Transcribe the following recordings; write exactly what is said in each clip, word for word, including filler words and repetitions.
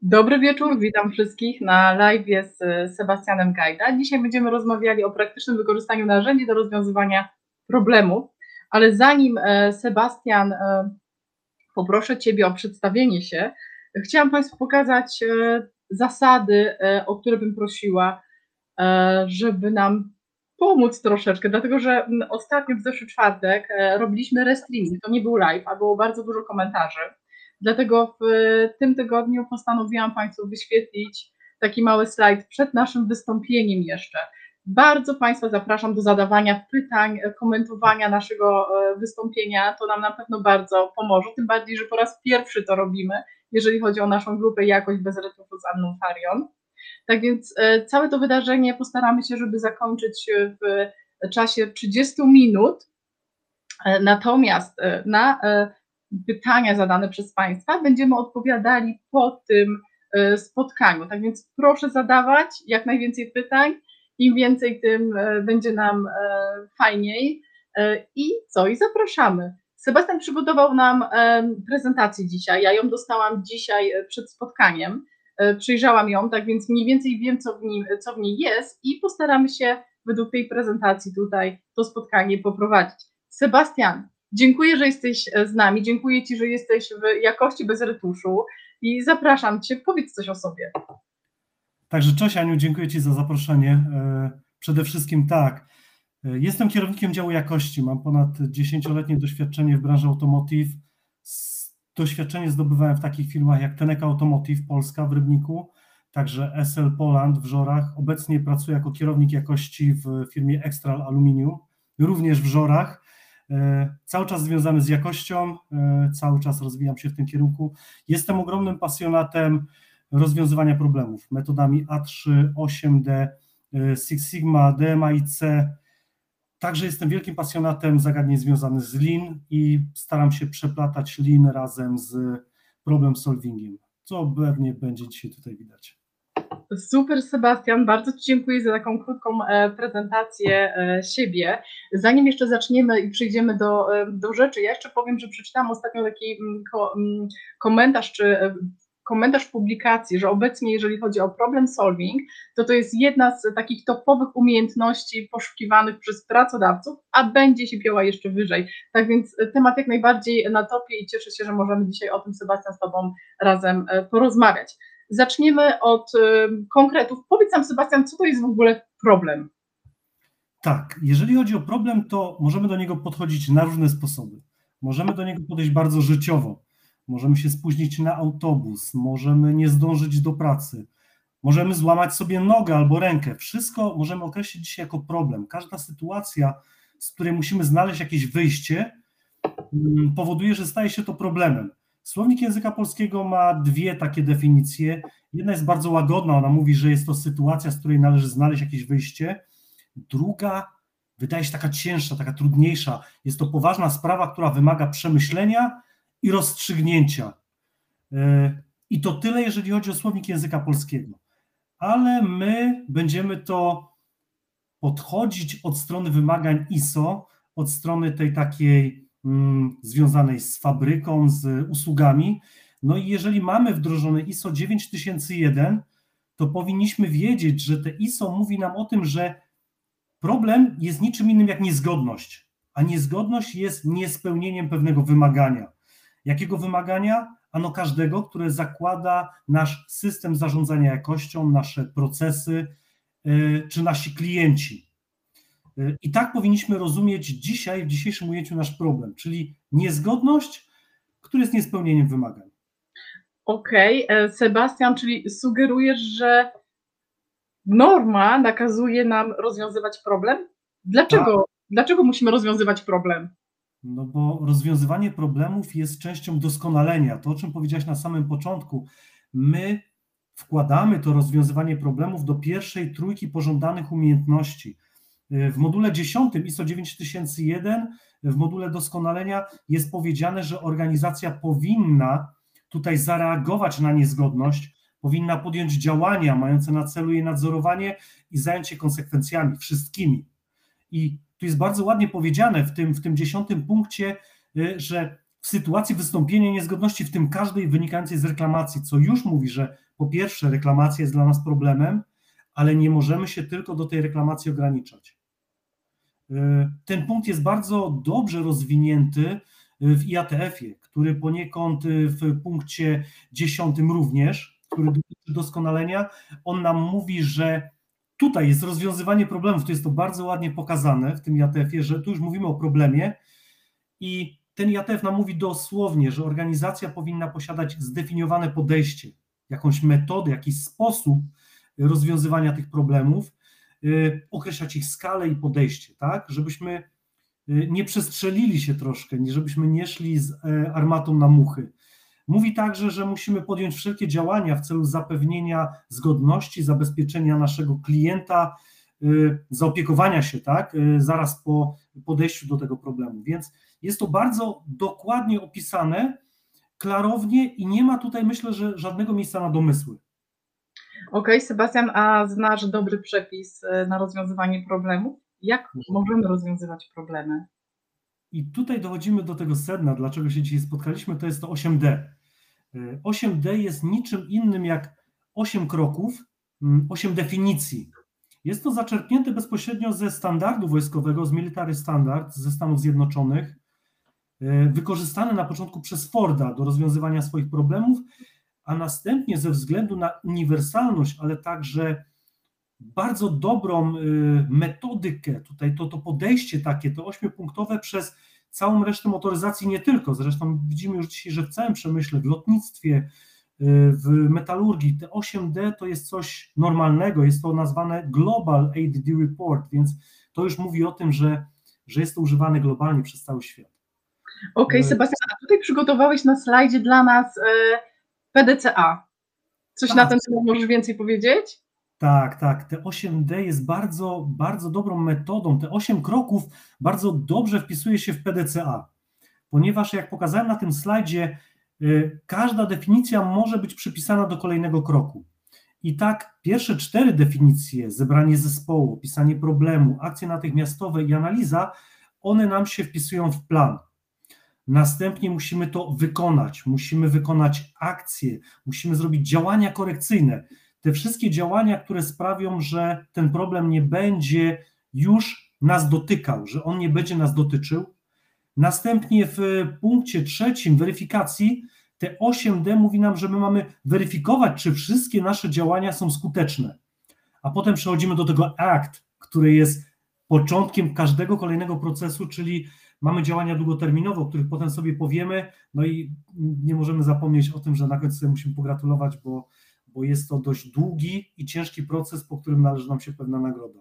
Dobry wieczór, witam wszystkich na live'ie z Sebastianem Gajda. Dzisiaj będziemy rozmawiali o praktycznym wykorzystaniu narzędzi do rozwiązywania problemów, ale zanim Sebastian, poproszę Ciebie o przedstawienie się, chciałam Państwu pokazać zasady, o które bym prosiła, żeby nam pomóc troszeczkę, dlatego że ostatnio w zeszły czwartek robiliśmy restreaming, to nie był live, a było bardzo dużo komentarzy. Dlatego w tym tygodniu postanowiłam Państwu wyświetlić taki mały slajd przed naszym wystąpieniem jeszcze. Bardzo Państwa zapraszam do zadawania pytań, komentowania naszego wystąpienia, to nam na pewno bardzo pomoże, tym bardziej, że po raz pierwszy to robimy, jeżeli chodzi o naszą grupę Jakość bez retuszu z Anną Farion. Tak więc całe to wydarzenie postaramy się, żeby zakończyć w czasie trzydziestu minut, natomiast na pytania zadane przez Państwa będziemy odpowiadali po tym spotkaniu, tak więc proszę zadawać jak najwięcej pytań, im więcej, tym będzie nam fajniej. I co? I zapraszamy. Sebastian przygotował nam prezentację dzisiaj, ja ją dostałam dzisiaj przed spotkaniem, przyjrzałam ją, tak więc mniej więcej wiem, co w, nim, co w niej jest i postaramy się według tej prezentacji tutaj to spotkanie poprowadzić. Sebastian, dziękuję, że jesteś z nami, dziękuję Ci, że jesteś w Jakości bez retuszu i zapraszam Cię, powiedz coś o sobie. Także cześć Aniu, dziękuję Ci za zaproszenie. Przede wszystkim tak, jestem kierownikiem działu jakości, mam ponad dziesięcioletnie doświadczenie w branży automotive. Doświadczenie zdobywałem w takich firmach jak Tenneco Automotive Polska w Rybniku, także S L Poland w Żorach. Obecnie pracuję jako kierownik jakości w firmie Extral Aluminium, również w Żorach. Cały czas związany z jakością, cały czas rozwijam się w tym kierunku. Jestem ogromnym pasjonatem rozwiązywania problemów metodami A trzy, osiem D, Six Sigma, D M A I C. Także jestem wielkim pasjonatem zagadnień związanych z Lean i staram się przeplatać Lean razem z problem solvingiem, co pewnie będzie dzisiaj tutaj widać. Super, Sebastian, bardzo Ci dziękuję za taką krótką prezentację siebie. Zanim jeszcze zaczniemy i przejdziemy do, do rzeczy, ja jeszcze powiem, że przeczytałam ostatnio taki komentarz, czy komentarz w publikacji, że obecnie jeżeli chodzi o problem solving, to to jest jedna z takich topowych umiejętności poszukiwanych przez pracodawców, a będzie się pięła jeszcze wyżej. Tak więc temat jak najbardziej na topie i cieszę się, że możemy dzisiaj o tym, Sebastian, z Tobą razem porozmawiać. Zaczniemy od y, konkretów. Powiedz nam, Sebastian, co to jest w ogóle problem? Tak, jeżeli chodzi o problem, to możemy do niego podchodzić na różne sposoby. Możemy do niego podejść bardzo życiowo. Możemy się spóźnić na autobus, możemy nie zdążyć do pracy, możemy złamać sobie nogę albo rękę. Wszystko możemy określić dzisiaj jako problem. Każda sytuacja, z której musimy znaleźć jakieś wyjście, powoduje, że staje się to problemem. Słownik języka polskiego ma dwie takie definicje. Jedna jest bardzo łagodna, ona mówi, że jest to sytuacja, z której należy znaleźć jakieś wyjście. Druga wydaje się taka cięższa, taka trudniejsza. Jest to poważna sprawa, która wymaga przemyślenia i rozstrzygnięcia. I to tyle, jeżeli chodzi o słownik języka polskiego. Ale my będziemy to podchodzić od strony wymagań I S O, od strony tej takiej mm, związanej z fabryką, z usługami. No i jeżeli mamy wdrożone I S O dziewięć tysięcy jeden, to powinniśmy wiedzieć, że te I S O mówi nam o tym, że problem jest niczym innym jak niezgodność, a niezgodność jest niespełnieniem pewnego wymagania. Jakiego wymagania? Ano każdego, które zakłada nasz system zarządzania jakością, nasze procesy yy, czy nasi klienci. Yy, I tak powinniśmy rozumieć dzisiaj, w dzisiejszym ujęciu nasz problem, czyli niezgodność, który jest niespełnieniem wymagań. Okej, okay. Sebastian, czyli sugerujesz, że norma nakazuje nam rozwiązywać problem? Dlaczego, tak. Dlaczego musimy rozwiązywać problem? No bo rozwiązywanie problemów jest częścią doskonalenia. To, o czym powiedziałeś na samym początku, my wkładamy to rozwiązywanie problemów do pierwszej trójki pożądanych umiejętności. W module dziesiątym I S O dziewięć tysięcy jeden, w module doskonalenia jest powiedziane, że organizacja powinna tutaj zareagować na niezgodność, powinna podjąć działania mające na celu jej nadzorowanie i zająć się konsekwencjami, wszystkimi. I tu jest bardzo ładnie powiedziane w tym, w tym dziesiątym punkcie, że w sytuacji wystąpienia niezgodności, w tym każdej wynikającej z reklamacji, co już mówi, że po pierwsze reklamacja jest dla nas problemem, ale nie możemy się tylko do tej reklamacji ograniczać. Ten punkt jest bardzo dobrze rozwinięty w I A T F-ie, który poniekąd w punkcie dziesiątym również, który dotyczy doskonalenia, on nam mówi, że tutaj jest rozwiązywanie problemów, to jest to bardzo ładnie pokazane w tym I A T F-ie, że tu już mówimy o problemie i ten I A T F nam mówi dosłownie, że organizacja powinna posiadać zdefiniowane podejście, jakąś metodę, jakiś sposób rozwiązywania tych problemów, określać ich skalę i podejście, tak, żebyśmy nie przestrzelili się troszkę, żebyśmy nie szli z armatą na muchy. Mówi także, że musimy podjąć wszelkie działania w celu zapewnienia zgodności, zabezpieczenia naszego klienta, zaopiekowania się, tak, zaraz po podejściu do tego problemu. Więc jest to bardzo dokładnie opisane, klarownie i nie ma tutaj, myślę, że żadnego miejsca na domysły. Okej, okay, Sebastian, a znasz dobry przepis na rozwiązywanie problemów? Jak możemy rozwiązywać problemy? I tutaj dochodzimy do tego sedna, dlaczego się dzisiaj spotkaliśmy, to jest to osiem D. osiem D jest niczym innym jak osiem kroków, osiem definicji. Jest to zaczerpnięte bezpośrednio ze standardu wojskowego, z Military Standard ze Stanów Zjednoczonych, wykorzystane na początku przez Forda do rozwiązywania swoich problemów, a następnie ze względu na uniwersalność, ale także bardzo dobrą metodykę, tutaj to, to podejście takie, to ośmiopunktowe przez całą resztę motoryzacji, nie tylko, zresztą widzimy już dzisiaj, że w całym przemyśle, w lotnictwie, w metalurgii, te osiem D to jest coś normalnego, jest to nazwane Global A D D Report, więc to już mówi o tym, że, że jest to używane globalnie przez cały świat. Okej, okay, Sebastian, a tutaj przygotowałeś na slajdzie dla nas P D C A. Coś tak. Na ten temat możesz więcej powiedzieć? Tak, tak. Te osiem D jest bardzo, bardzo dobrą metodą. Te osiem kroków bardzo dobrze wpisuje się w P D C A, ponieważ jak pokazałem na tym slajdzie, każda definicja może być przypisana do kolejnego kroku. I tak pierwsze cztery definicje, zebranie zespołu, opisanie problemu, akcje natychmiastowe i analiza, one nam się wpisują w plan. Następnie musimy to wykonać, musimy wykonać akcje, musimy zrobić działania korekcyjne. Te wszystkie działania, które sprawią, że ten problem nie będzie już nas dotykał, że on nie będzie nas dotyczył. Następnie w punkcie trzecim weryfikacji te osiem D mówi nam, że my mamy weryfikować, czy wszystkie nasze działania są skuteczne. A potem przechodzimy do tego act, który jest początkiem każdego kolejnego procesu, czyli mamy działania długoterminowe, o których potem sobie powiemy, no i nie możemy zapomnieć o tym, że na końcu sobie musimy pogratulować, bo, bo jest to dość długi i ciężki proces, po którym należy nam się pewna nagroda.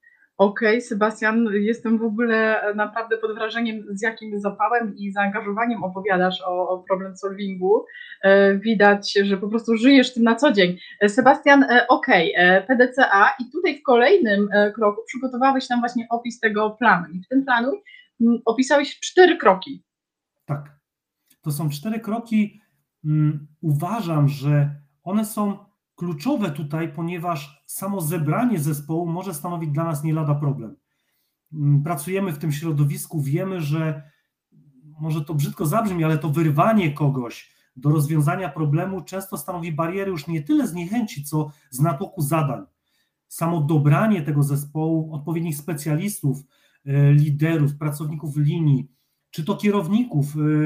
Okej, okay, Sebastian, jestem w ogóle naprawdę pod wrażeniem, z jakim zapałem i zaangażowaniem opowiadasz o, o problem solvingu. E, widać, że po prostu żyjesz tym na co dzień. E, Sebastian, e, okej, okay, P D C A i tutaj w kolejnym e, kroku przygotowałeś nam właśnie opis tego planu i w tym planu m, opisałeś cztery kroki. Tak, to są cztery kroki. Um, uważam, że one są kluczowe tutaj, ponieważ samo zebranie zespołu może stanowić dla nas nie lada problem. Pracujemy w tym środowisku, wiemy, że może to brzydko zabrzmi, ale to wyrwanie kogoś do rozwiązania problemu często stanowi barierę już nie tyle z niechęci, co z natłoku zadań. Samo dobranie tego zespołu, odpowiednich specjalistów, liderów, pracowników linii, czy to kierowników,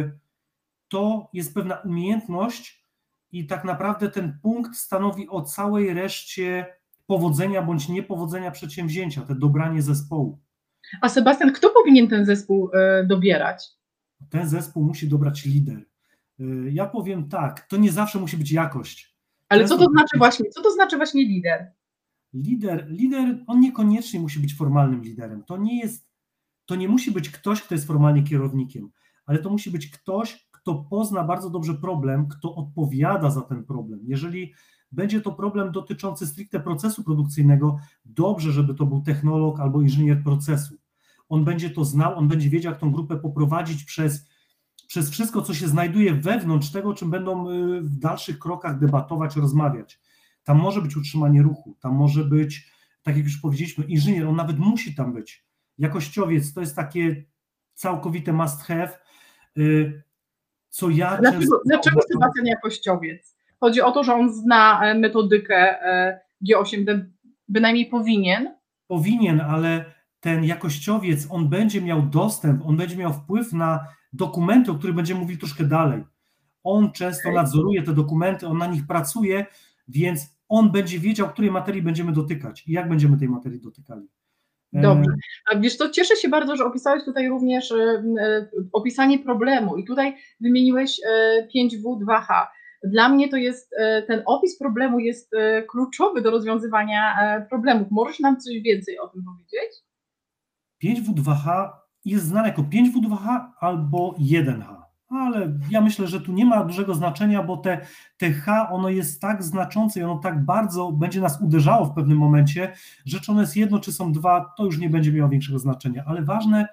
to jest pewna umiejętność, i tak naprawdę ten punkt stanowi o całej reszcie powodzenia bądź niepowodzenia przedsięwzięcia, te dobranie zespołu. A Sebastian, kto powinien ten zespół y, dobierać? Ten zespół musi dobrać lider. Y, ja powiem tak, to nie zawsze musi być jakość. Ale Często co to znaczy właśnie, co to znaczy właśnie lider? Lider, lider, on niekoniecznie musi być formalnym liderem. To nie jest, to nie musi być ktoś, kto jest formalnie kierownikiem, ale to musi być ktoś, kto pozna bardzo dobrze problem, kto odpowiada za ten problem. Jeżeli będzie to problem dotyczący stricte procesu produkcyjnego, dobrze, żeby to był technolog albo inżynier procesu. On będzie to znał, on będzie wiedział, jak tą grupę poprowadzić przez, przez wszystko, co się znajduje wewnątrz tego, o czym będą w dalszych krokach debatować, rozmawiać. Tam może być utrzymanie ruchu, tam może być, tak jak już powiedzieliśmy, inżynier, on nawet musi tam być. Jakościowiec to jest takie całkowite must have. co ja Dlaczego, często dlaczego zauważam. Sebastian jakościowiec? Chodzi o to, że on zna e, metodykę e, G osiem D, bynajmniej powinien. Powinien, ale ten jakościowiec, on będzie miał dostęp, on będzie miał wpływ na dokumenty, o których będziemy mówili troszkę dalej. On często Okej. nadzoruje te dokumenty, on na nich pracuje, więc on będzie wiedział, której materii będziemy dotykać i jak będziemy tej materii dotykali. Dobrze. E, A wiesz co, cieszę się bardzo, że opisałeś tutaj również e, e, opisanie problemu i tutaj wymieniłeś e, pięć W dwa H. Dla mnie to jest, e, ten opis problemu jest e, kluczowy do rozwiązywania e, problemów. Możesz nam coś więcej o tym powiedzieć? pięć W dwa H jest znane jako pięć W dwa H albo jeden H, ale ja myślę, że tu nie ma dużego znaczenia, bo te, te H, ono jest tak znaczące i ono tak bardzo będzie nas uderzało w pewnym momencie, że czy ono jest jedno, czy są dwa, to już nie będzie miało większego znaczenia, ale ważne,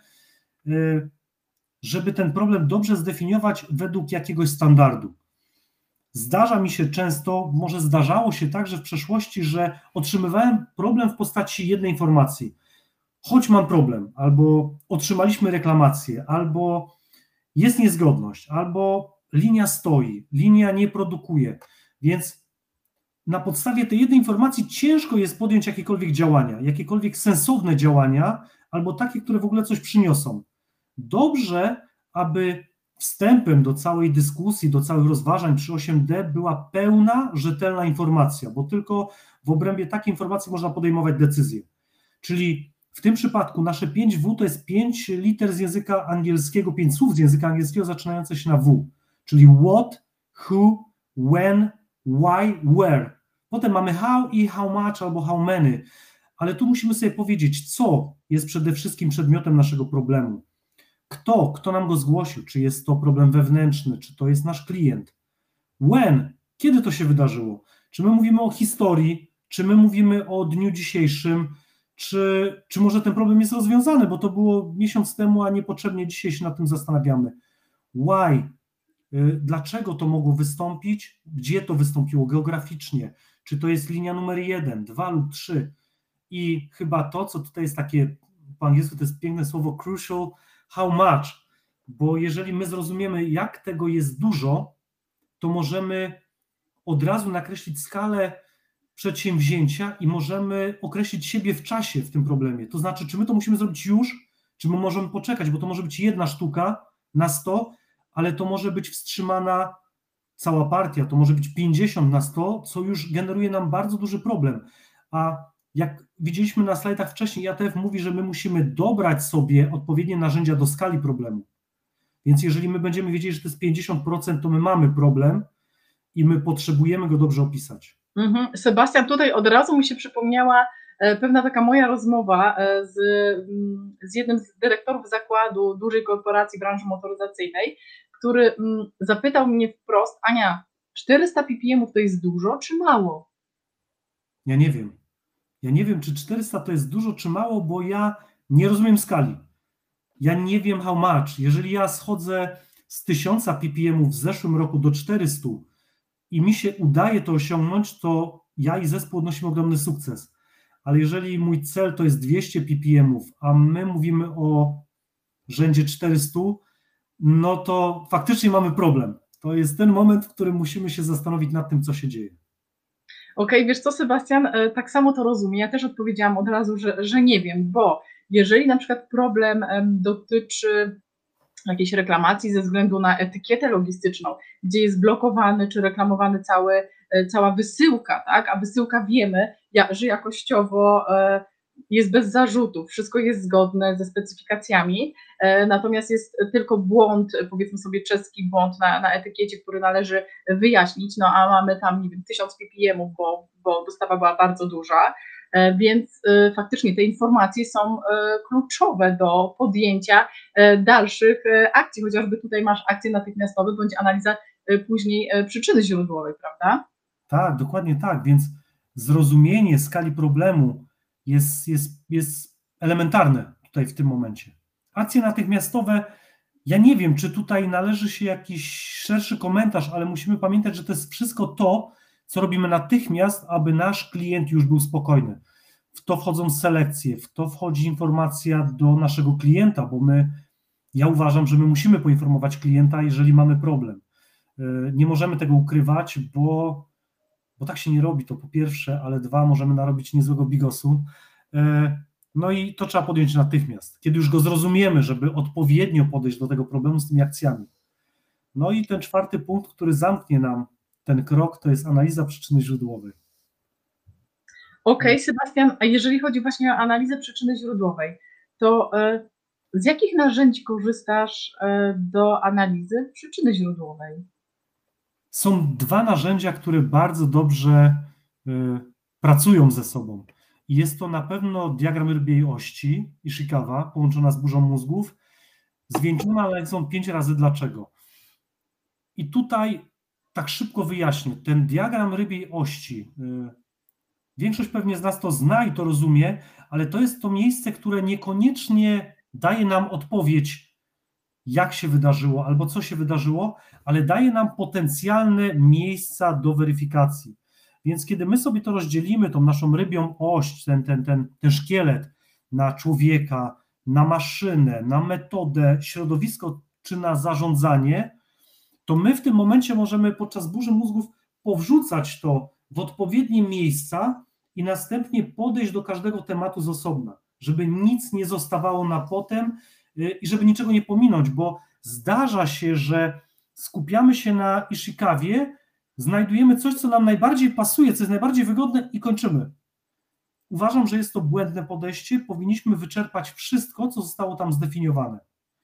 y, żeby ten problem dobrze zdefiniować według jakiegoś standardu. Zdarza mi się często, może zdarzało się także w przeszłości, że otrzymywałem problem w postaci jednej informacji. Choć mam problem, albo otrzymaliśmy reklamację, albo jest niezgodność, albo linia stoi, linia nie produkuje, więc na podstawie tej jednej informacji ciężko jest podjąć jakiekolwiek działania, jakiekolwiek sensowne działania, albo takie, które w ogóle coś przyniosą. Dobrze, aby wstępem do całej dyskusji, do całych rozważań przy osiem D była pełna, rzetelna informacja, bo tylko w obrębie takiej informacji można podejmować decyzje. Czyli w tym przypadku nasze pięć W to jest pięć liter z języka angielskiego, pięć słów z języka angielskiego zaczynające się na W, czyli what, who, when, why, where. Potem mamy how i how much albo how many, ale tu musimy sobie powiedzieć, co jest przede wszystkim przedmiotem naszego problemu. Kto, kto nam go zgłosił, czy jest to problem wewnętrzny, czy to jest nasz klient. When, kiedy to się wydarzyło? Czy my mówimy o historii, czy my mówimy o dniu dzisiejszym, Czy, czy może ten problem jest rozwiązany, bo to było miesiąc temu, a niepotrzebnie dzisiaj się nad tym zastanawiamy. Why? Dlaczego to mogło wystąpić? Gdzie to wystąpiło geograficznie? Czy to jest linia numer jeden, dwa lub trzy? I chyba to, co tutaj jest takie, po angielsku to jest piękne słowo crucial, how much? Bo jeżeli my zrozumiemy, jak tego jest dużo, to możemy od razu nakreślić skalę przedsięwzięcia i możemy określić siebie w czasie w tym problemie. To znaczy, czy my to musimy zrobić już, czy my możemy poczekać, bo to może być jedna sztuka na sto, ale to może być wstrzymana cała partia, to może być pięćdziesiąt na sto, co już generuje nam bardzo duży problem. A jak widzieliśmy na slajdach wcześniej, I A T F mówi, że my musimy dobrać sobie odpowiednie narzędzia do skali problemu. Więc jeżeli my będziemy wiedzieli, że to jest pięćdziesiąt procent, to my mamy problem i my potrzebujemy go dobrze opisać. Mhm. Sebastian, tutaj od razu mi się przypomniała e, pewna taka moja rozmowa e, z, mm, z jednym z dyrektorów zakładu dużej korporacji branży motoryzacyjnej, który mm, zapytał mnie wprost: Ania, czterysta P P M-ów to jest dużo czy mało? Ja nie wiem. Ja nie wiem, czy czterysta to jest dużo, czy mało, bo ja nie rozumiem skali. Ja nie wiem how much. Jeżeli ja schodzę z tysiąca P P M-ów w zeszłym roku do czterystu i mi się udaje to osiągnąć, to ja i zespół odnosimy ogromny sukces. Ale jeżeli mój cel to jest dwieście P P M-ów, a my mówimy o rzędzie czterysta, no to faktycznie mamy problem. To jest ten moment, w którym musimy się zastanowić nad tym, co się dzieje. Okej, wiesz co, Sebastian, e, tak samo to rozumiem. Ja też odpowiedziałam od razu, że, że nie wiem, bo jeżeli na przykład problem em, dotyczy jakiejś reklamacji ze względu na etykietę logistyczną, gdzie jest blokowany czy reklamowany cały, e, cała wysyłka, tak? A wysyłka wiemy, ja, że jakościowo e, jest bez zarzutów, wszystko jest zgodne ze specyfikacjami, e, natomiast jest tylko błąd, powiedzmy sobie czeski błąd na, na etykiecie, który należy wyjaśnić, no a mamy tam, nie wiem, tysiąc P P M-ów, bo, bo dostawa była bardzo duża, e, więc e, faktycznie te informacje są e, kluczowe do podjęcia e, dalszych e, akcji, chociażby tutaj masz akcje natychmiastowe bądź analiza e, później e, przyczyny źródłowej, prawda? Tak, dokładnie tak, więc zrozumienie skali problemu jest, jest, jest elementarne tutaj w tym momencie. Akcje natychmiastowe, ja nie wiem, czy tutaj należy się jakiś szerszy komentarz, ale musimy pamiętać, że to jest wszystko to, co robimy natychmiast, aby nasz klient już był spokojny. W to wchodzą selekcje, w to wchodzi informacja do naszego klienta, bo my Ja uważam, że my musimy poinformować klienta, jeżeli mamy problem. Nie możemy tego ukrywać, bo, bo tak się nie robi, to po pierwsze, ale dwa, możemy narobić niezłego bigosu. No i to trzeba podjąć natychmiast, kiedy już go zrozumiemy, żeby odpowiednio podejść do tego problemu z tymi akcjami. No i ten czwarty punkt, który zamknie nam ten krok, to jest analiza przyczyny źródłowej. Okej, okay, Sebastian, a jeżeli chodzi właśnie o analizę przyczyny źródłowej, to z jakich narzędzi korzystasz do analizy przyczyny źródłowej? Są dwa narzędzia, które bardzo dobrze pracują ze sobą. Jest to na pewno diagram rybiej ości Ishikawa, połączona z burzą mózgów, zwieńczona analizą pięć razy dlaczego. I tutaj tak szybko wyjaśnię, ten diagram rybiej ości, większość pewnie z nas to zna i to rozumie, ale to jest to miejsce, które niekoniecznie daje nam odpowiedź, jak się wydarzyło albo co się wydarzyło, ale daje nam potencjalne miejsca do weryfikacji. Więc kiedy my sobie to rozdzielimy, tą naszą rybią oś, ten, ten, ten, ten szkielet na człowieka, na maszynę, na metodę, środowisko czy na zarządzanie, to my w tym momencie możemy podczas burzy mózgów powrzucać to w odpowiednie miejsca i następnie podejść do każdego tematu z osobna, żeby nic nie zostawało na potem i żeby niczego nie pominąć, bo zdarza się, że skupiamy się na Ishikawie, znajdujemy coś, co nam najbardziej pasuje, co jest najbardziej wygodne i kończymy. Uważam, że jest to błędne podejście, powinniśmy wyczerpać wszystko, co zostało tam zdefiniowane.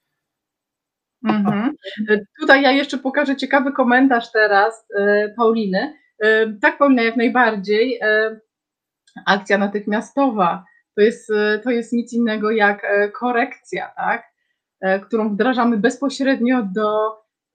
Mhm. Tutaj ja jeszcze pokażę ciekawy komentarz teraz Pauliny. Tak, Paulina, jak najbardziej. Akcja natychmiastowa to jest, to jest nic innego jak korekcja, tak? Którą wdrażamy bezpośrednio do,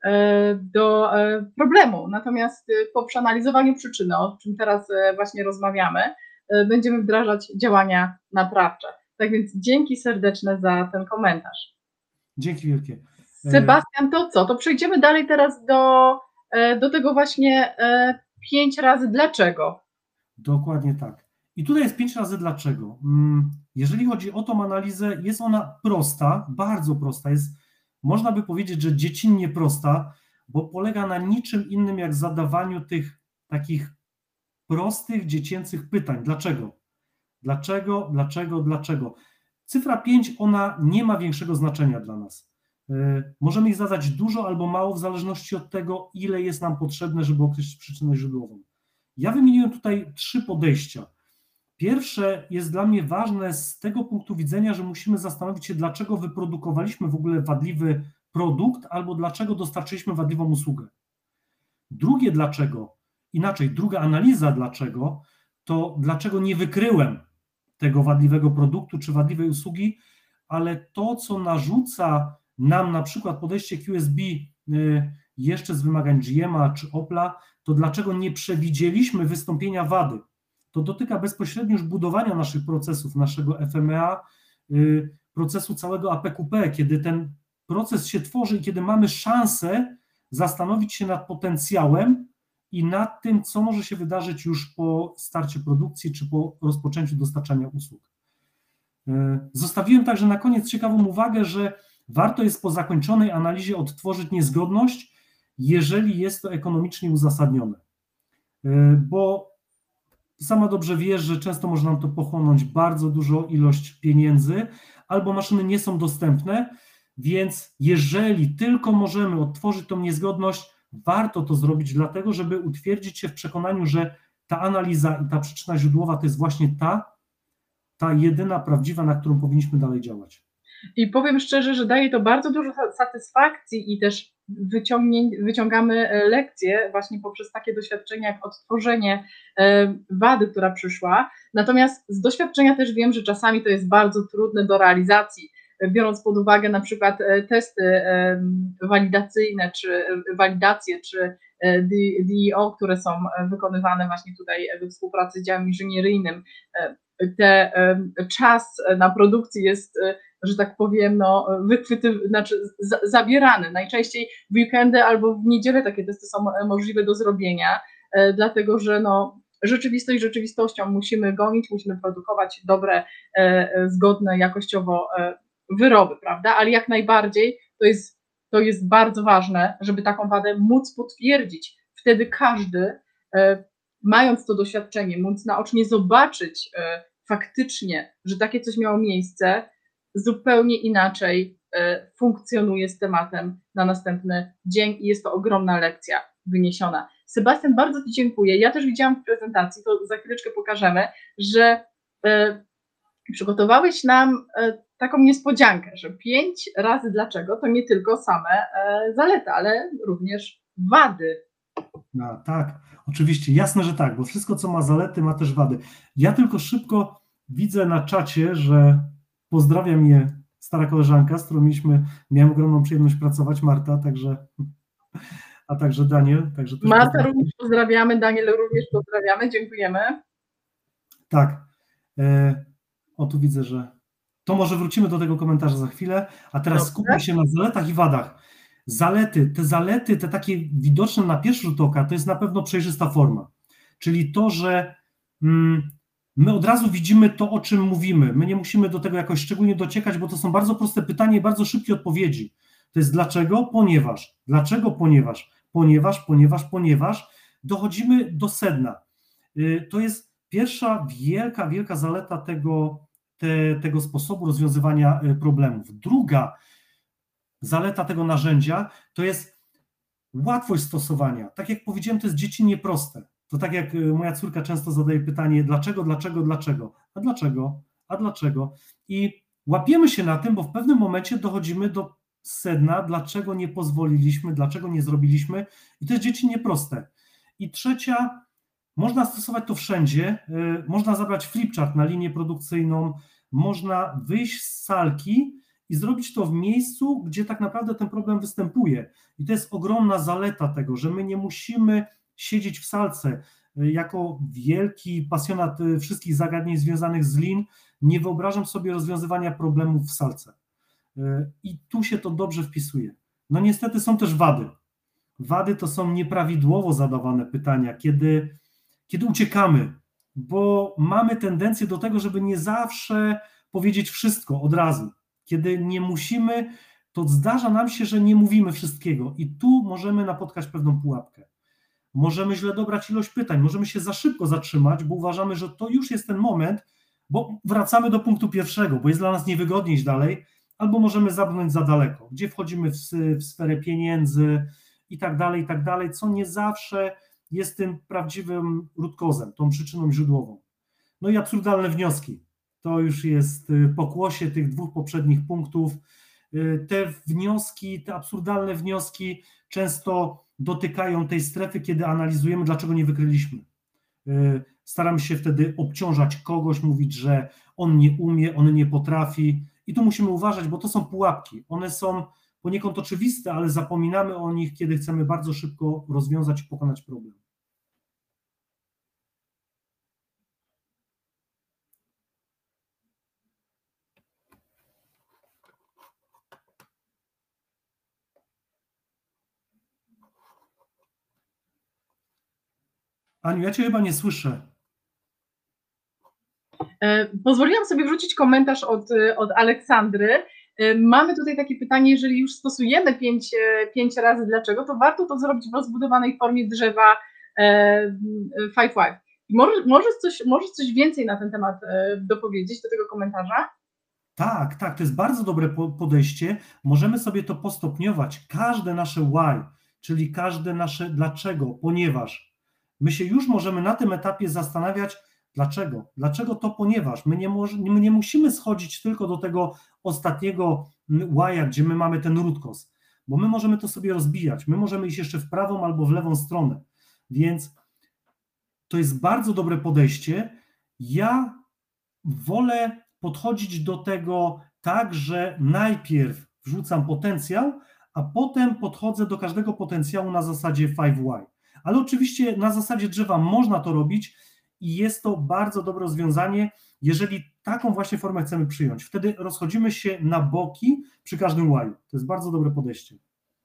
do problemu. Natomiast po przeanalizowaniu przyczyny, o czym teraz właśnie rozmawiamy, będziemy wdrażać działania naprawcze. Tak więc dzięki serdeczne za ten komentarz. Dzięki wielkie. Sebastian, to co? To przejdziemy dalej teraz do, do tego właśnie pięć razy dlaczego. Dokładnie tak. I tutaj jest pięć razy dlaczego. Jeżeli chodzi o tą analizę, jest ona prosta, bardzo prosta. Jest, można by powiedzieć, że dziecinnie prosta, bo polega na niczym innym jak zadawaniu tych takich prostych, dziecięcych pytań. Dlaczego? Dlaczego, dlaczego, dlaczego? Cyfra pięć, ona nie ma większego znaczenia dla nas. Możemy ich zadać dużo albo mało w zależności od tego, ile jest nam potrzebne, żeby określić przyczynę źródłową. Ja wymieniłem tutaj trzy podejścia. Pierwsze jest dla mnie ważne z tego punktu widzenia, że musimy zastanowić się, dlaczego wyprodukowaliśmy w ogóle wadliwy produkt albo dlaczego dostarczyliśmy wadliwą usługę. Drugie dlaczego, inaczej, druga analiza dlaczego, to dlaczego nie wykryłem tego wadliwego produktu czy wadliwej usługi, ale to, co narzuca nam na przykład podejście Q S B jeszcze z wymagań G M a czy Opla, to dlaczego nie przewidzieliśmy wystąpienia wady. To dotyka bezpośrednio już budowania naszych procesów, naszego F M E A, procesu całego A P Q P, kiedy ten proces się tworzy i kiedy mamy szansę zastanowić się nad potencjałem i nad tym, co może się wydarzyć już po starcie produkcji czy po rozpoczęciu dostarczania usług. Zostawiłem także na koniec ciekawą uwagę, że warto jest po zakończonej analizie odtworzyć niezgodność, jeżeli jest to ekonomicznie uzasadnione. Bo sama dobrze wiesz, że często może nam to pochłonąć bardzo dużą ilość pieniędzy, albo maszyny nie są dostępne, więc jeżeli tylko możemy odtworzyć tą niezgodność, warto to zrobić dlatego, żeby utwierdzić się w przekonaniu, że ta analiza i ta przyczyna źródłowa to jest właśnie ta, ta jedyna prawdziwa, na którą powinniśmy dalej działać. I powiem szczerze, że daje to bardzo dużo satysfakcji i też wyciągamy lekcje właśnie poprzez takie doświadczenia jak odtworzenie wady, która przyszła. Natomiast z doświadczenia też wiem, że czasami to jest bardzo trudne do realizacji, biorąc pod uwagę na przykład testy walidacyjne, czy walidacje, czy D E O, które są wykonywane właśnie tutaj we współpracy z działem inżynieryjnym. Te, czas na produkcji jest, że tak powiem, no, wychwyty, znaczy z, zabierany. Najczęściej w weekendy albo w niedzielę takie testy są możliwe do zrobienia, dlatego że no, rzeczywistość rzeczywistością musimy gonić, musimy produkować dobre, zgodne jakościowo wyroby, prawda? Ale jak najbardziej to jest, to jest bardzo ważne, żeby taką wadę móc potwierdzić. Wtedy każdy, mając to doświadczenie, móc naocznie zobaczyć faktycznie, że takie coś miało miejsce, zupełnie inaczej funkcjonuje z tematem na następny dzień i jest to ogromna lekcja wyniesiona. Sebastian, bardzo Ci dziękuję. Ja też widziałam w prezentacji, to za chwileczkę pokażemy, że e, przygotowałeś nam e, taką niespodziankę, że pięć razy dlaczego to nie tylko same e, zalety, ale również wady. No, tak, oczywiście, jasne, że tak, bo wszystko, co ma zalety, ma też wady. Ja tylko szybko widzę na czacie, że pozdrawia mnie stara koleżanka, z którą mieliśmy, miałem ogromną przyjemność pracować, Marta, także, a także Daniel. Także też Marta pozdrawiam. Również pozdrawiamy, Daniel również pozdrawiamy, dziękujemy. Tak, e, o tu widzę, że to może wrócimy do tego komentarza za chwilę, a teraz skupmy się na zaletach i wadach. Zalety, te zalety, te takie widoczne na pierwszy rzut oka, to jest na pewno przejrzysta forma, czyli to, że mm, my od razu widzimy to, o czym mówimy, my nie musimy do tego jakoś szczególnie dociekać, bo to są bardzo proste pytania i bardzo szybkie odpowiedzi. To jest dlaczego? Ponieważ. Dlaczego? Ponieważ. Ponieważ, ponieważ, ponieważ. Dochodzimy do sedna. Yy, to jest pierwsza wielka, wielka zaleta tego, te, tego sposobu rozwiązywania problemów. Druga zaleta tego narzędzia to jest łatwość stosowania. Tak jak powiedziałem, to jest dziecinnie proste. To tak jak moja córka często zadaje pytanie, dlaczego, dlaczego, dlaczego, a dlaczego, a dlaczego. I łapiemy się na tym, bo w pewnym momencie dochodzimy do sedna, dlaczego nie pozwoliliśmy, dlaczego nie zrobiliśmy i to jest dziecinnie proste. I trzecia, można stosować to wszędzie, można zabrać flipchart na linię produkcyjną, można wyjść z salki i zrobić to w miejscu, gdzie tak naprawdę ten problem występuje. I to jest ogromna zaleta tego, że my nie musimy siedzieć w salce. Jako wielki pasjonat wszystkich zagadnień związanych z Lean nie wyobrażam sobie rozwiązywania problemów w salce. I tu się to dobrze wpisuje. No niestety są też wady. Wady to są nieprawidłowo zadawane pytania, kiedy, kiedy uciekamy, bo mamy tendencję do tego, żeby nie zawsze powiedzieć wszystko od razu. Kiedy nie musimy, to zdarza nam się, że nie mówimy wszystkiego i tu możemy napotkać pewną pułapkę. Możemy źle dobrać ilość pytań, możemy się za szybko zatrzymać, bo uważamy, że to już jest ten moment, bo wracamy do punktu pierwszego, bo jest dla nas niewygodnie iść dalej, albo możemy zabrnąć za daleko, gdzie wchodzimy w, w sferę pieniędzy i tak dalej, i tak dalej, co nie zawsze jest tym prawdziwym root causem, tą przyczyną źródłową. No i absurdalne wnioski. To już jest pokłosie tych dwóch poprzednich punktów. Te wnioski, te absurdalne wnioski często dotykają tej strefy, kiedy analizujemy, dlaczego nie wykryliśmy. Staramy się wtedy obciążać kogoś, mówić, że on nie umie, on nie potrafi i tu musimy uważać, bo to są pułapki. One są poniekąd oczywiste, ale zapominamy o nich, kiedy chcemy bardzo szybko rozwiązać i pokonać problem. Aniu, ja Cię chyba nie słyszę. Pozwoliłam sobie wrzucić komentarz od, od Aleksandry. Mamy tutaj takie pytanie, jeżeli już stosujemy pięć, pięć razy dlaczego, to warto to zrobić w rozbudowanej formie drzewa pięć pięć. Możesz, możesz, coś, możesz coś więcej na ten temat dopowiedzieć do tego komentarza? Tak, tak, to jest bardzo dobre podejście. Możemy sobie to postopniować. Każde nasze why, czyli każde nasze dlaczego, ponieważ my się już możemy na tym etapie zastanawiać, dlaczego, dlaczego to ponieważ. My nie, może, my nie musimy schodzić tylko do tego ostatniego why'a, gdzie my mamy ten root cause, bo my możemy to sobie rozbijać, my możemy iść jeszcze w prawą albo w lewą stronę, więc to jest bardzo dobre podejście. Ja wolę podchodzić do tego tak, że najpierw wrzucam potencjał, a potem podchodzę do każdego potencjału na zasadzie pięć why. Ale oczywiście na zasadzie drzewa można to robić i jest to bardzo dobre rozwiązanie, jeżeli taką właśnie formę chcemy przyjąć. Wtedy rozchodzimy się na boki przy każdym why. To jest bardzo dobre podejście.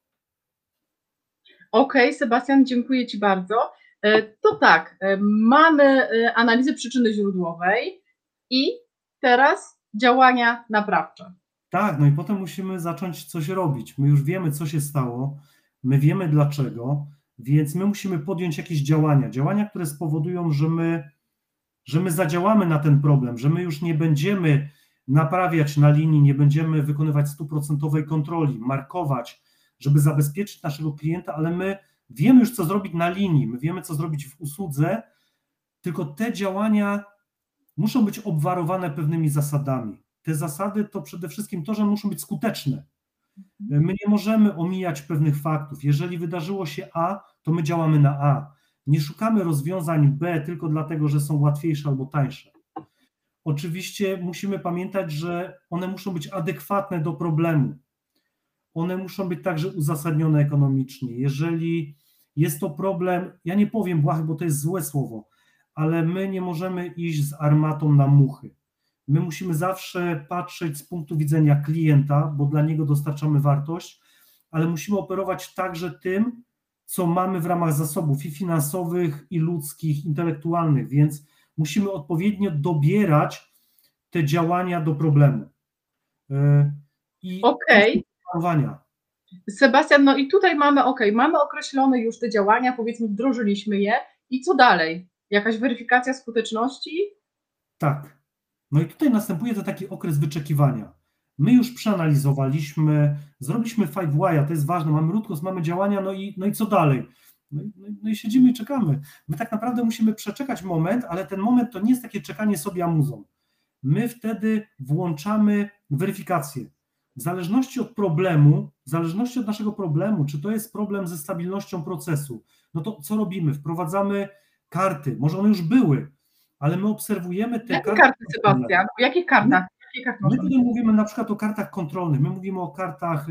Okej, okay, Sebastian, dziękuję Ci bardzo. To tak, mamy analizę przyczyny źródłowej i teraz działania naprawcze. Tak, no i potem musimy zacząć coś robić. My już wiemy, co się stało, my wiemy dlaczego, więc my musimy podjąć jakieś działania. Działania, które spowodują, że my, że my zadziałamy na ten problem, że my już nie będziemy naprawiać na linii, nie będziemy wykonywać stuprocentowej kontroli, markować, żeby zabezpieczyć naszego klienta, ale my wiemy już, co zrobić na linii, my wiemy, co zrobić w usłudze, tylko te działania muszą być obwarowane pewnymi zasadami. Te zasady to przede wszystkim to, że muszą być skuteczne. My nie możemy omijać pewnych faktów. Jeżeli wydarzyło się A, to my działamy na A. Nie szukamy rozwiązań B tylko dlatego, że są łatwiejsze albo tańsze. Oczywiście musimy pamiętać, że one muszą być adekwatne do problemu. One muszą być także uzasadnione ekonomicznie. Jeżeli jest to problem, ja nie powiem błahy, bo to jest złe słowo, ale my nie możemy iść z armatą na muchy. My musimy zawsze patrzeć z punktu widzenia klienta, bo dla niego dostarczamy wartość, ale musimy operować także tym, co mamy w ramach zasobów i finansowych, i ludzkich, intelektualnych, więc musimy odpowiednio dobierać te działania do problemu. I Okej. okay. Sebastian, no i tutaj mamy, ok, mamy określone już te działania, powiedzmy wdrożyliśmy je i co dalej? Jakaś weryfikacja skuteczności? Tak. No i tutaj następuje to taki okres wyczekiwania. My już przeanalizowaliśmy, zrobiliśmy five why'a, to jest ważne, mamy root cause, mamy działania, no i, no i co dalej? No i, no i siedzimy i czekamy. My tak naprawdę musimy przeczekać moment, ale ten moment to nie jest takie czekanie sobie amuzą. My wtedy włączamy weryfikację. W zależności od problemu, w zależności od naszego problemu, czy to jest problem ze stabilnością procesu, no to co robimy? Wprowadzamy karty, może one już były, ale my obserwujemy te Jakie karty. karty, Sebastian? O jakich kartach? Jakie karty My tutaj mówimy na przykład o kartach kontrolnych, my mówimy o kartach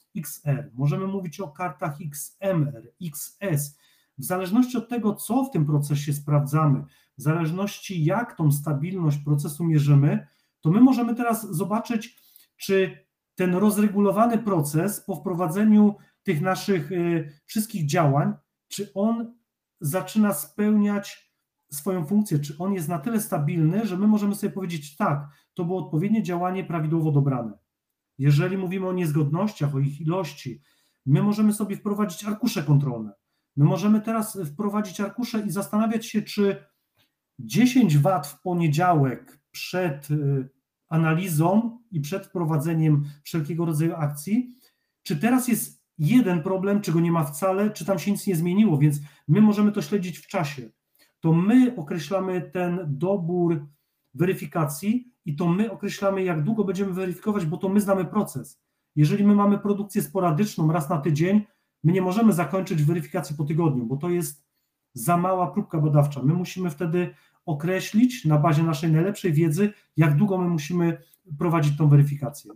X R, możemy mówić o kartach X M R, X S. W zależności od tego, co w tym procesie sprawdzamy, w zależności jak tą stabilność procesu mierzymy, to my możemy teraz zobaczyć, czy ten rozregulowany proces po wprowadzeniu tych naszych y, wszystkich działań, czy on zaczyna spełniać swoją funkcję, czy on jest na tyle stabilny, że my możemy sobie powiedzieć tak, to było odpowiednie działanie prawidłowo dobrane. Jeżeli mówimy o niezgodnościach, o ich ilości, my możemy sobie wprowadzić arkusze kontrolne. My możemy teraz wprowadzić arkusze i zastanawiać się, czy dziesięć wat w poniedziałek przed y, analizą i przed wprowadzeniem wszelkiego rodzaju akcji, czy teraz jest jeden problem, czy go nie ma wcale, czy tam się nic nie zmieniło, więc my możemy to śledzić w czasie. To my określamy ten dobór weryfikacji i to my określamy, jak długo będziemy weryfikować, bo to my znamy proces. Jeżeli my mamy produkcję sporadyczną raz na tydzień, my nie możemy zakończyć weryfikacji po tygodniu, bo to jest za mała próbka badawcza. My musimy wtedy określić na bazie naszej najlepszej wiedzy, jak długo my musimy prowadzić tą weryfikację.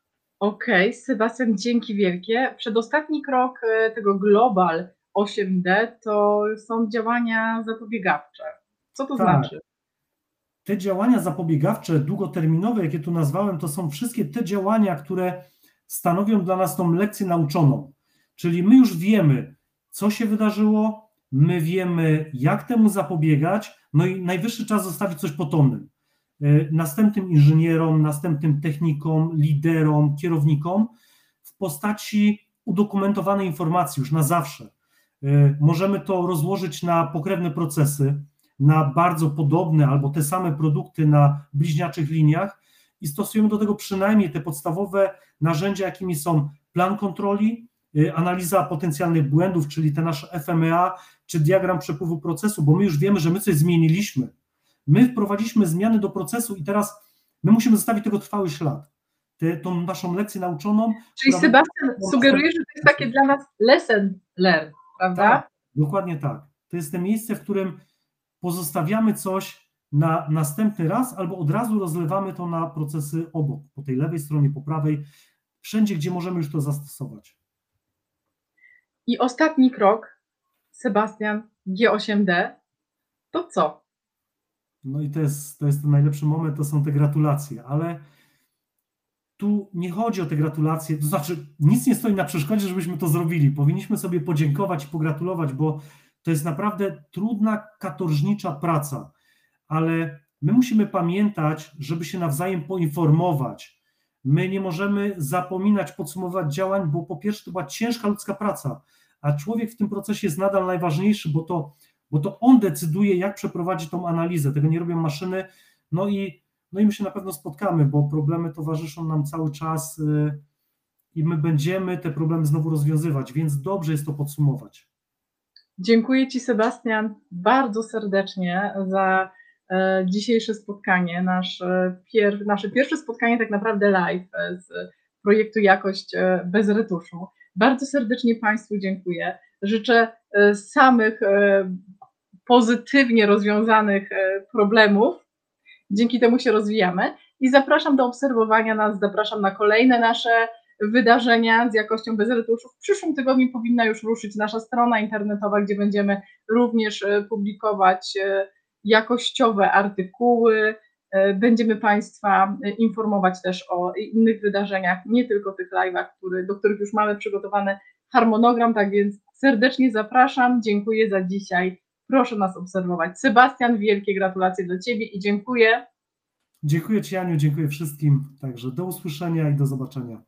Okej, okay, Sebastian, dzięki wielkie. Przedostatni krok tego Global osiem D to są działania zapobiegawcze. Co to tak. znaczy? Te działania zapobiegawcze, długoterminowe, jakie tu nazwałem, to są wszystkie te działania, które stanowią dla nas tą lekcję nauczoną. Czyli my już wiemy, co się wydarzyło, my wiemy, jak temu zapobiegać, no i najwyższy czas zostawić coś potomnym. Następnym inżynierom, następnym technikom, liderom, kierownikom w postaci udokumentowanej informacji już na zawsze. Możemy to rozłożyć na pokrewne procesy, na bardzo podobne albo te same produkty na bliźniaczych liniach i stosujemy do tego przynajmniej te podstawowe narzędzia, jakimi są plan kontroli, analiza potencjalnych błędów, czyli te nasze F M E A, czy diagram przepływu procesu, bo my już wiemy, że my coś zmieniliśmy. My wprowadziliśmy zmiany do procesu i teraz my musimy zostawić tego trwały ślad. Tę, tą naszą lekcję nauczoną. Czyli Sebastian sugeruje, że to jest takie dla nas lesson learned, prawda? Tak, dokładnie tak. To jest to miejsce, w którym pozostawiamy coś na następny raz albo od razu rozlewamy to na procesy obok, po tej lewej stronie, po prawej, wszędzie, gdzie możemy już to zastosować. I ostatni krok, Sebastian, G osiem D, to co? No i to jest, to jest ten najlepszy moment, to są te gratulacje, ale tu nie chodzi o te gratulacje, to znaczy nic nie stoi na przeszkodzie, żebyśmy to zrobili. Powinniśmy sobie podziękować i pogratulować, bo to jest naprawdę trudna, katorżnicza praca, ale my musimy pamiętać, żeby się nawzajem poinformować, My nie możemy zapominać, podsumowywać działań, bo po pierwsze to była ciężka ludzka praca, a człowiek w tym procesie jest nadal najważniejszy, bo to, bo to on decyduje, jak przeprowadzi tą analizę, tego nie robią maszyny, no i, no i my się na pewno spotkamy, bo problemy towarzyszą nam cały czas yy, i my będziemy te problemy znowu rozwiązywać, więc dobrze jest to podsumować. Dziękuję Ci, Sebastian, bardzo serdecznie za e, dzisiejsze spotkanie, nasz, e, pier, nasze pierwsze spotkanie tak naprawdę live e, z projektu Jakość e, bez retuszu. Bardzo serdecznie Państwu dziękuję. Życzę e, samych e, pozytywnie rozwiązanych e, problemów. Dzięki temu się rozwijamy i zapraszam do obserwowania nas, zapraszam na kolejne nasze wydarzenia z jakością bez retuszu. W przyszłym tygodniu powinna już ruszyć nasza strona internetowa, gdzie będziemy również publikować jakościowe artykuły. Będziemy Państwa informować też o innych wydarzeniach, nie tylko tych live'ach, który, do których już mamy przygotowany harmonogram, tak więc serdecznie zapraszam, dziękuję za dzisiaj. Proszę nas obserwować. Sebastian, wielkie gratulacje dla Ciebie i dziękuję. Dziękuję Ci, Aniu, dziękuję wszystkim. Także do usłyszenia i do zobaczenia.